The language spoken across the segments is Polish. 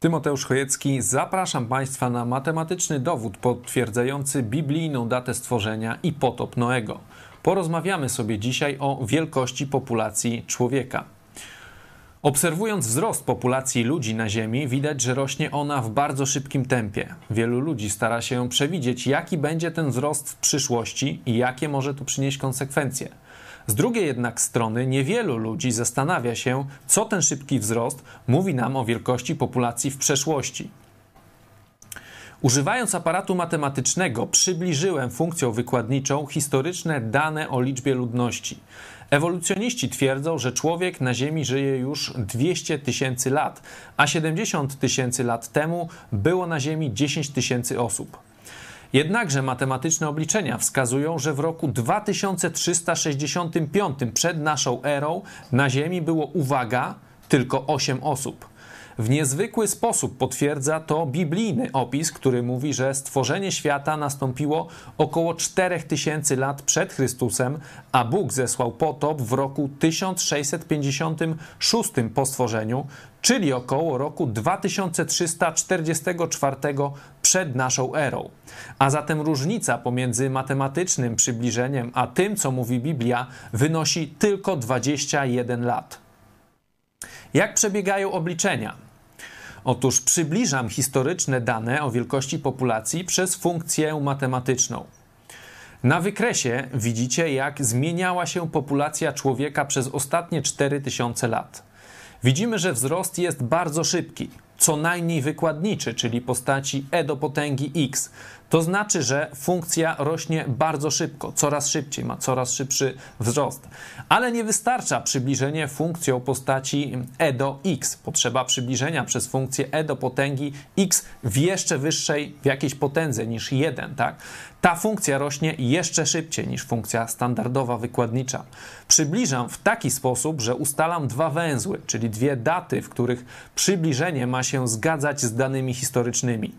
Tymoteusz Chojecki, zapraszam Państwa na matematyczny dowód potwierdzający biblijną datę stworzenia i potop Noego. Porozmawiamy sobie dzisiaj o wielkości populacji człowieka. Obserwując wzrost populacji ludzi na Ziemi, widać, że rośnie ona w bardzo szybkim tempie. Wielu ludzi stara się przewidzieć, jaki będzie ten wzrost w przyszłości i jakie może to przynieść konsekwencje. Z drugiej jednak strony niewielu ludzi zastanawia się, co ten szybki wzrost mówi nam o wielkości populacji w przeszłości. Używając aparatu matematycznego przybliżyłem funkcją wykładniczą historyczne dane o liczbie ludności. Ewolucjoniści twierdzą, że człowiek na Ziemi żyje już 200 tysięcy lat, a 70 tysięcy lat temu było na Ziemi 10 tysięcy osób. Jednakże matematyczne obliczenia wskazują, że w roku 2365 przed naszą erą na Ziemi było, uwaga, tylko 8 osób. W niezwykły sposób potwierdza to biblijny opis, który mówi, że stworzenie świata nastąpiło około 4000 lat przed Chrystusem, a Bóg zesłał potop w roku 1656 po stworzeniu, czyli około roku 2344 przed naszą erą. A zatem różnica pomiędzy matematycznym przybliżeniem a tym, co mówi Biblia, wynosi tylko 21 lat. Jak przebiegają obliczenia? Otóż przybliżam historyczne dane o wielkości populacji przez funkcję matematyczną. Na wykresie widzicie, jak zmieniała się populacja człowieka przez ostatnie 4000 lat. Widzimy, że wzrost jest bardzo szybki, co najmniej wykładniczy, czyli postaci e do potęgi x. To znaczy, że funkcja rośnie bardzo szybko, coraz szybciej, ma coraz szybszy wzrost. Ale nie wystarcza przybliżenie funkcją postaci e do x. Potrzeba przybliżenia przez funkcję e do potęgi x w jeszcze wyższej, w jakiejś potędze niż 1, tak? Ta funkcja rośnie jeszcze szybciej niż funkcja standardowa wykładnicza. Przybliżam w taki sposób, że ustalam dwa węzły, czyli dwie daty, w których przybliżenie ma się zgadzać z danymi historycznymi.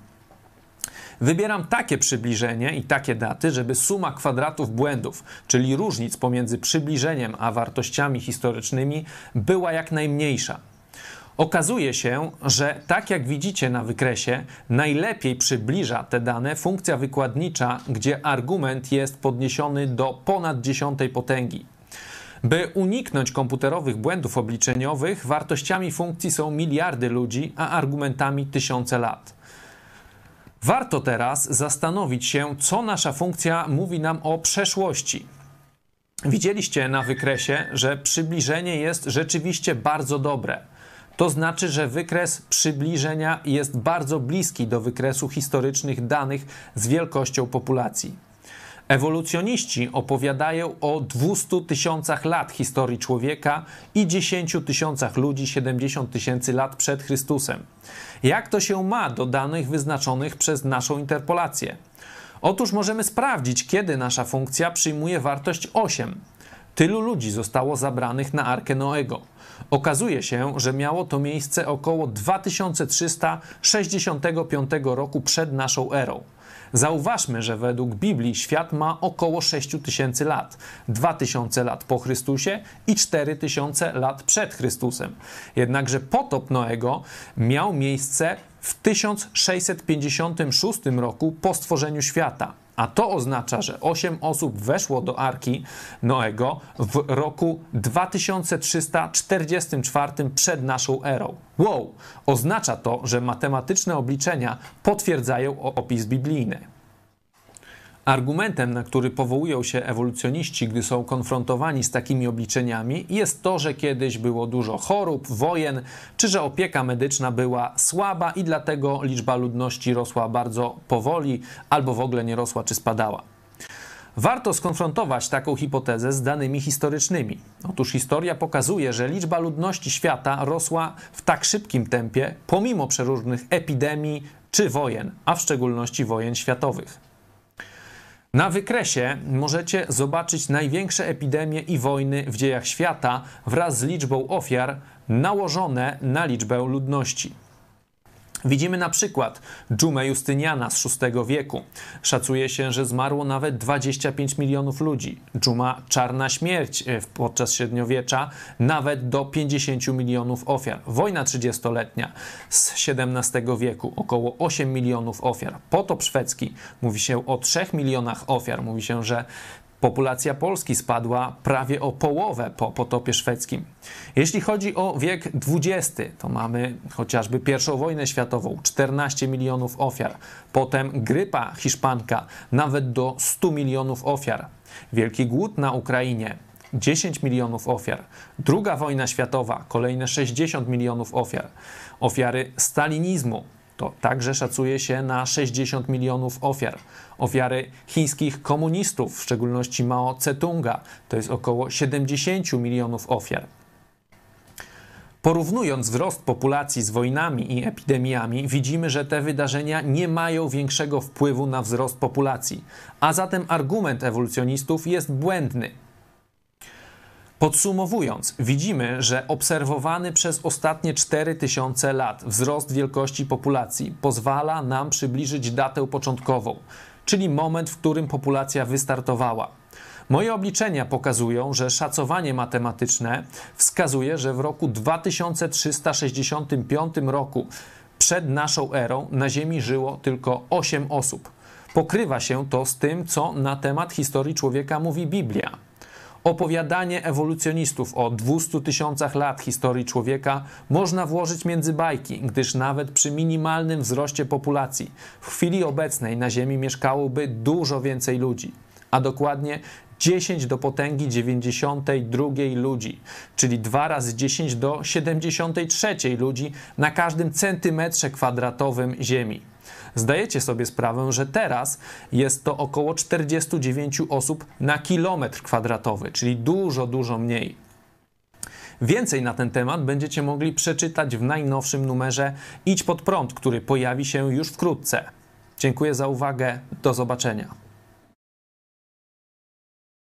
Wybieram takie przybliżenie i takie daty, żeby suma kwadratów błędów, czyli różnic pomiędzy przybliżeniem a wartościami historycznymi, była jak najmniejsza. Okazuje się, że tak jak widzicie na wykresie, najlepiej przybliża te dane funkcja wykładnicza, gdzie argument jest podniesiony do ponad 10 potęgi. By uniknąć komputerowych błędów obliczeniowych, wartościami funkcji są miliardy ludzi, a argumentami tysiące lat. Warto teraz zastanowić się, co nasza funkcja mówi nam o przeszłości. Widzieliście na wykresie, że przybliżenie jest rzeczywiście bardzo dobre. To znaczy, że wykres przybliżenia jest bardzo bliski do wykresu historycznych danych z wielkością populacji. Ewolucjoniści opowiadają o 200 tysiącach lat historii człowieka i 10 tysiącach ludzi 70 tysięcy lat przed Chrystusem. Jak to się ma do danych wyznaczonych przez naszą interpolację? Otóż możemy sprawdzić, kiedy nasza funkcja przyjmuje wartość 8. Tylu ludzi zostało zabranych na Arkę Noego. Okazuje się, że miało to miejsce około 2365 roku przed naszą erą. Zauważmy, że według Biblii świat ma około 6000 lat, 2000 lat po Chrystusie i 4000 lat przed Chrystusem. Jednakże potop Noego miał miejsce w 1656 roku po stworzeniu świata. A to oznacza, że 8 osób weszło do Arki Noego w roku 2344 przed naszą erą. Wow! Oznacza to, że matematyczne obliczenia potwierdzają opis biblijny. Argumentem, na który powołują się ewolucjoniści, gdy są konfrontowani z takimi obliczeniami, jest to, że kiedyś było dużo chorób, wojen, czy że opieka medyczna była słaba i dlatego liczba ludności rosła bardzo powoli, albo w ogóle nie rosła czy spadała. Warto skonfrontować taką hipotezę z danymi historycznymi. Otóż historia pokazuje, że liczba ludności świata rosła w tak szybkim tempie, pomimo przeróżnych epidemii czy wojen, a w szczególności wojen światowych. Na wykresie możecie zobaczyć największe epidemie i wojny w dziejach świata wraz z liczbą ofiar nałożone na liczbę ludności. Widzimy na przykład dżumę Justyniana z VI wieku. Szacuje się, że zmarło nawet 25 milionów ludzi. Dżuma Czarna Śmierć podczas średniowiecza nawet do 50 milionów ofiar. Wojna 30-letnia z XVII wieku około 8 milionów ofiar. Potop szwedzki, mówi się o 3 milionach ofiar. Mówi się, że populacja Polski spadła prawie o połowę po potopie szwedzkim. Jeśli chodzi o wiek XX, to mamy chociażby I wojnę światową, 14 milionów ofiar. Potem grypa hiszpanka, nawet do 100 milionów ofiar. Wielki głód na Ukrainie, 10 milionów ofiar. II wojna światowa, kolejne 60 milionów ofiar. Ofiary stalinizmu, to także szacuje się na 60 milionów ofiar. Ofiary chińskich komunistów, w szczególności Mao Tse-tunga, to jest około 70 milionów ofiar. Porównując wzrost populacji z wojnami i epidemiami, widzimy, że te wydarzenia nie mają większego wpływu na wzrost populacji, a zatem argument ewolucjonistów jest błędny. Podsumowując, widzimy, że obserwowany przez ostatnie 4000 lat wzrost wielkości populacji pozwala nam przybliżyć datę początkową, czyli moment, w którym populacja wystartowała. Moje obliczenia pokazują, że szacowanie matematyczne wskazuje, że w roku 2365 roku przed naszą erą na Ziemi żyło tylko 8 osób. Pokrywa się to z tym, co na temat historii człowieka mówi Biblia. Opowiadanie ewolucjonistów o 200 tysiącach lat historii człowieka można włożyć między bajki, gdyż nawet przy minimalnym wzroście populacji w chwili obecnej na Ziemi mieszkałoby dużo więcej ludzi, a dokładnie 10 do potęgi 92 ludzi, czyli 2 razy 10 do 73 ludzi na każdym centymetrze kwadratowym Ziemi. Zdajecie sobie sprawę, że teraz jest to około 49 osób na kilometr kwadratowy, czyli dużo mniej. Więcej na ten temat będziecie mogli przeczytać w najnowszym numerze Idź pod prąd, który pojawi się już wkrótce. Dziękuję za uwagę, do zobaczenia.